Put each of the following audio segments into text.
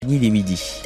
fini les midis.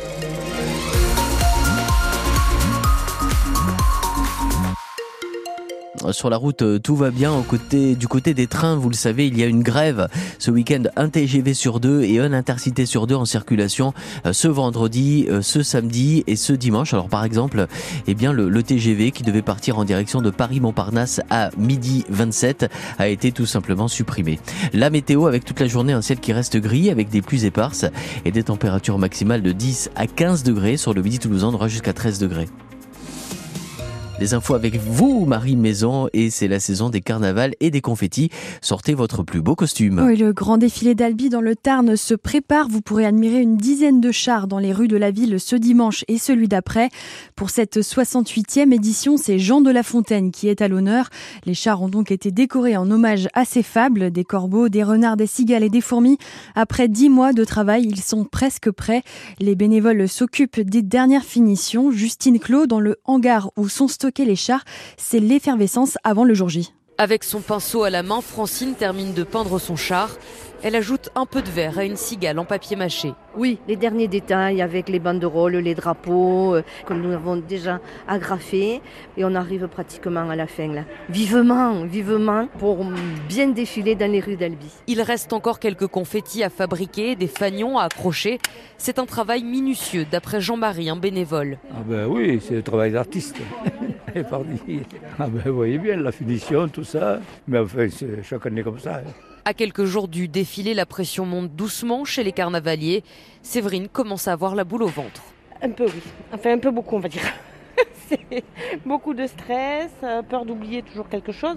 Sur la route, tout va bien du côté des trains. Vous le savez, il y a une grève ce week-end, un TGV sur 2 et un Intercité sur 2 en circulation ce vendredi, ce samedi et ce dimanche. Alors par exemple, le TGV qui devait partir en direction de Paris-Montparnasse à 12h27 a été tout simplement supprimé. La météo avec toute la journée un ciel qui reste gris avec des pluies éparses et des températures maximales de 10 à 15 degrés. Sur le midi toulousain, on aura jusqu'à 13 degrés. Les infos avec vous, Marie Maison, et c'est la saison des carnavals et des confettis. Sortez votre plus beau costume. Oui, le grand défilé d'Albi dans le Tarn se prépare. Vous pourrez admirer une dizaine de chars dans les rues de la ville ce dimanche et celui d'après. Pour cette 68e édition, c'est Jean de La Fontaine qui est à l'honneur. Les chars ont donc été décorés en hommage à ses fables, des corbeaux, des renards, des cigales et des fourmis. Après 10 mois de travail, ils sont presque prêts. Les bénévoles s'occupent des dernières finitions. Justine Clos, dans le hangar où sont stockés les chars, c'est l'effervescence avant le jour J. Avec son pinceau à la main, Francine termine de peindre son char. Elle ajoute un peu de verre à une cigale en papier mâché. Oui, les derniers détails avec les banderoles, les drapeaux que nous avons déjà agrafés et on arrive pratiquement à la fin là. Vivement pour bien défiler dans les rues d'Albi. Il reste encore quelques confettis à fabriquer, des fanions à accrocher. C'est un travail minutieux d'après Jean-Marie, un bénévole. Oui, c'est le travail d'artiste. Vous voyez bien la finition, tout ça. Mais enfin, c'est chaque année comme ça. À quelques jours du défilé, la pression monte doucement chez les carnavaliers. Séverine commence à avoir la boule au ventre. Un peu, oui. Enfin, un peu beaucoup, on va dire. C'est beaucoup de stress, peur d'oublier toujours quelque chose.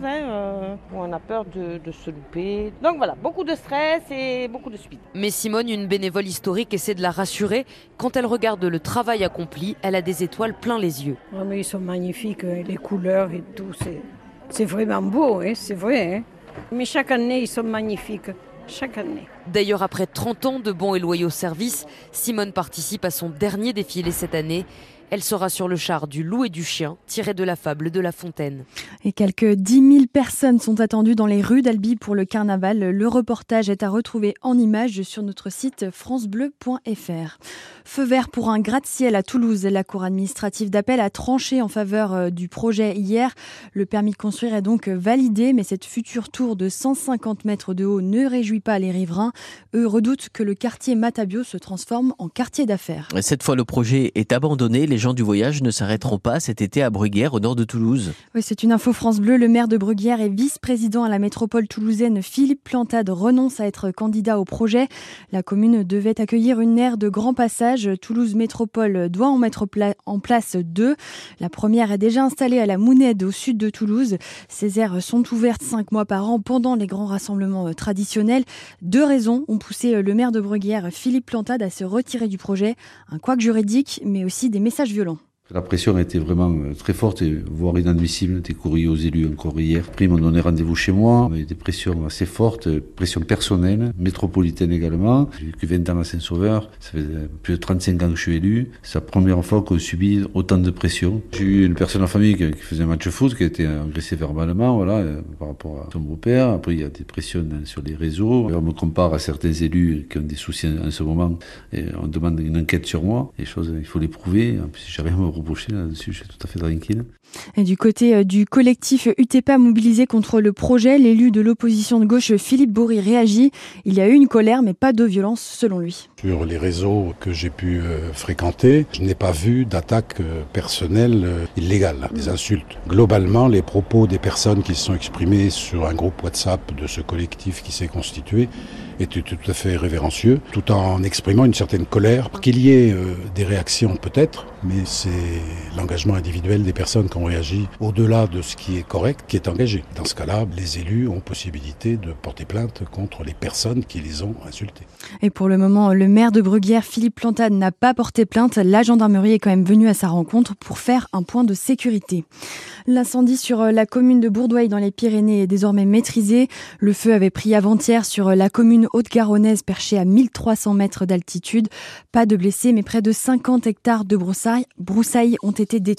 On a peur de se louper. Donc voilà, beaucoup de stress et beaucoup de speed. Mais Simone, une bénévole historique, essaie de la rassurer. Quand elle regarde le travail accompli, elle a des étoiles plein les yeux. Oh, mais ils sont magnifiques, les couleurs et tout. C'est vraiment beau, c'est vrai. Mais chaque année, ils sont magnifiques. Chaque année. D'ailleurs, après 30 ans de bons et loyaux services, Simone participe à son dernier défilé cette année. Elle sera sur le char du loup et du chien, tiré de la fable de La Fontaine. Et quelques 10 000 personnes sont attendues dans les rues d'Albi pour le carnaval. Le reportage est à retrouver en images sur notre site francebleu.fr. Feu vert pour un gratte-ciel à Toulouse. La cour administrative d'appel a tranché en faveur du projet hier. Le permis de construire est donc validé, mais cette future tour de 150 mètres de haut ne réjouit pas les riverains. Eux redoutent que le quartier Matabio se transforme en quartier d'affaires. Cette fois, le projet est abandonné. Les gens du voyage ne s'arrêteront pas cet été à Bruguière, au nord de Toulouse. Oui, c'est une info France Bleu. Le maire de Bruguière et vice-président à la métropole toulousaine, Philippe Plantade, renonce à être candidat au projet. La commune devait accueillir une aire de grand passage. Toulouse Métropole doit en mettre en place 2. La première est déjà installée à la Mounède, au sud de Toulouse. Ces aires sont ouvertes 5 mois par an pendant les grands rassemblements traditionnels. 2 raisons ont poussé le maire de Bruguière, Philippe Plantade, à se retirer du projet. Un couac juridique, mais aussi des messages violents. La pression a été vraiment très forte, voire inadmissible. Des courriers aux élus encore hier. Après, ils m'ont donné rendez-vous chez moi. Il y a des pressions assez fortes, pression personnelle, métropolitaine également. J'ai vécu 20 ans à Saint-Sauveur. Ça fait plus de 35 ans que je suis élu. C'est la première fois qu'on subit autant de pression. J'ai eu une personne en famille qui faisait un match de foot, qui a été agressée verbalement, par rapport à son beau-père. Après, il y a des pressions sur les réseaux. On me compare à certains élus qui ont des soucis en ce moment. Et on demande une enquête sur moi. Les choses, il faut les prouver. En plus, j'ai rien à me reprocher là-dessus, je suis tout à fait tranquille. Et du côté du collectif UTEPA mobilisé contre le projet, l'élu de l'opposition de gauche Philippe Bory réagit. Il y a eu une colère mais pas de violence selon lui. Sur les réseaux que j'ai pu fréquenter, je n'ai pas vu d'attaque personnelle illégale, des insultes. Globalement, les propos des personnes qui se sont exprimées sur un groupe WhatsApp de ce collectif qui s'est constitué étaient tout à fait révérencieux, tout en exprimant une certaine colère. Qu'il y ait des réactions peut-être, mais c'est l'engagement individuel des personnes qui ont réagi au-delà de ce qui est correct, qui est engagé. Dans ce cas-là, les élus ont possibilité de porter plainte contre les personnes qui les ont insultés. Et pour le moment, le maire de Bruguière, Philippe Plantade, n'a pas porté plainte. La gendarmerie est quand même venue à sa rencontre pour faire un point de sécurité. L'incendie sur la commune de Bourdoueil dans les Pyrénées est désormais maîtrisé. Le feu avait pris avant-hier sur la commune haute-garonnaise perchée à 1300 mètres d'altitude. Pas de blessés, mais près de 50 hectares de broussailles ont été détruits.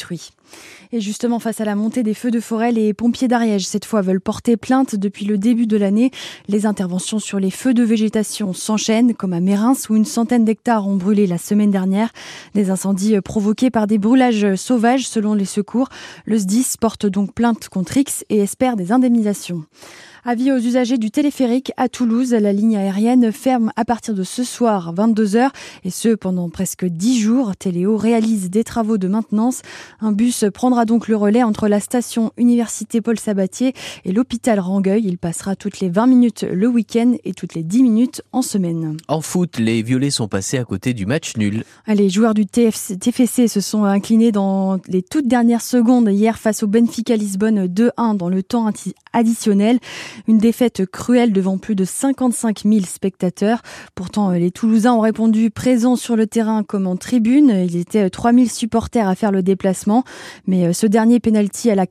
Et justement, face à la montée des feux de forêt, les pompiers d'Ariège, cette fois, veulent porter plainte. Depuis le début de l'année, les interventions sur les feux de végétation s'enchaînent, comme à Mérins, où une centaine d'hectares ont brûlé la semaine dernière. Des incendies provoqués par des brûlages sauvages, selon les secours. Le SDIS porte donc plainte contre X et espère des indemnisations. Avis aux usagers du téléphérique à Toulouse. La ligne aérienne ferme à partir de ce soir, 22h, et ce pendant presque 10 jours. Téléo réalise des travaux de maintenance. Un bus prendra donc le relais entre la station Université Paul Sabatier et l'hôpital Rangueil. Il passera toutes les 20 minutes le week-end et toutes les 10 minutes en semaine. En foot, les Violets sont passés à côté du match nul. Les joueurs du TFC se sont inclinés dans les toutes dernières secondes hier face au Benfica Lisbonne 2-1 dans le temps additionnel. Une défaite cruelle devant plus de 55 000 spectateurs. Pourtant, les Toulousains ont répondu présents sur le terrain comme en tribune. Ils étaient 3 000 supporters à faire le déplacement. Mais ce dernier pénalty à la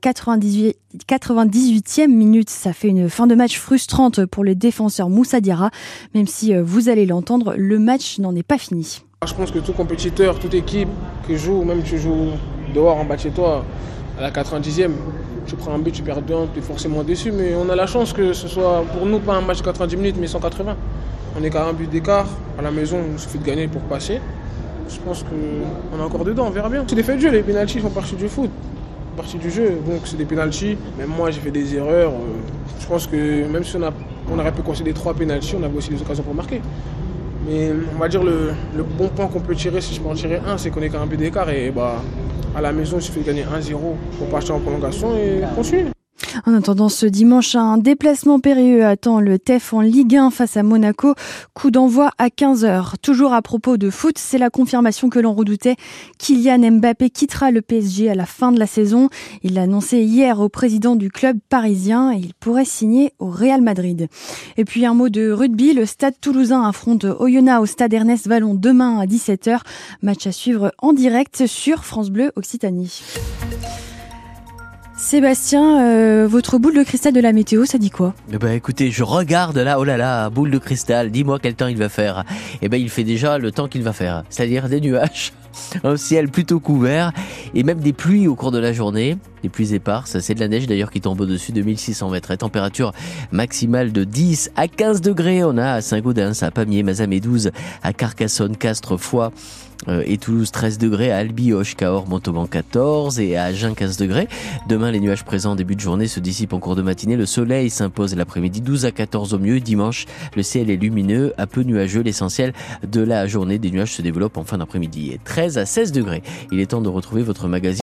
98e minute, ça fait une fin de match frustrante pour les défenseurs Moussa Diarra. Même si, vous allez l'entendre, le match n'en est pas fini. Je pense que tout compétiteur, toute équipe qui joue, même tu joues dehors en bas de chez toi, à la 90e, tu prends un but, tu perds 2-1, tu es forcément déçu. Mais on a la chance que ce soit pour nous pas un match de 90 minutes, mais 180. On est qu'à un but d'écart. À la maison, il suffit de gagner pour passer. Je pense qu'on est encore dedans, on verra bien. C'est des faits de jeu, les pénaltys font partie du foot, partie du jeu. Donc c'est des pénaltys. Même moi, j'ai fait des erreurs. Je pense que même si on aurait pu concéder 3 pénaltys, on avait aussi des occasions pour marquer. Mais on va dire le bon point qu'on peut tirer, si je peux en tirer un, c'est qu'on est qu'à un but d'écart. Et à la maison, il suffit de gagner 1-0 pour partir en prolongation et continuer. En attendant, ce dimanche, un déplacement périlleux attend le TEF en Ligue 1 face à Monaco. Coup d'envoi à 15h. Toujours à propos de foot, c'est la confirmation que l'on redoutait. Kylian Mbappé quittera le PSG à la fin de la saison. Il l'a annoncé hier au président du club parisien et il pourrait signer au Real Madrid. Et puis un mot de rugby. Le Stade Toulousain affronte Oyonnax au Stade Ernest Vallon demain à 17h. Match à suivre en direct sur France Bleu Occitanie. Sébastien, votre boule de cristal de la météo, ça dit quoi ? Écoutez, je regarde là, oh là là, boule de cristal, dis-moi quel temps il va faire. Il fait déjà le temps qu'il va faire, c'est-à-dire des nuages, un ciel plutôt couvert et même des pluies au cours de la journée, des pluies éparses. C'est de la neige d'ailleurs qui tombe au-dessus de 1600 mètres. Et température maximale de 10 à 15 degrés. On a à Saint-Gaudens, à Pamiers, Mazamet 12, à Carcassonne, Castres, Foix et Toulouse 13 degrés, à Albi, Auch, Cahors, Montauban 14 et à Agen 15 degrés. Demain, les nuages présents en début de journée se dissipent en cours de matinée. Le soleil s'impose l'après-midi 12 à 14 au mieux. Dimanche, le ciel est lumineux, un peu nuageux. L'essentiel de la journée, des nuages se développent en fin d'après-midi. Et 13 à 16 degrés. Il est temps de retrouver votre magazine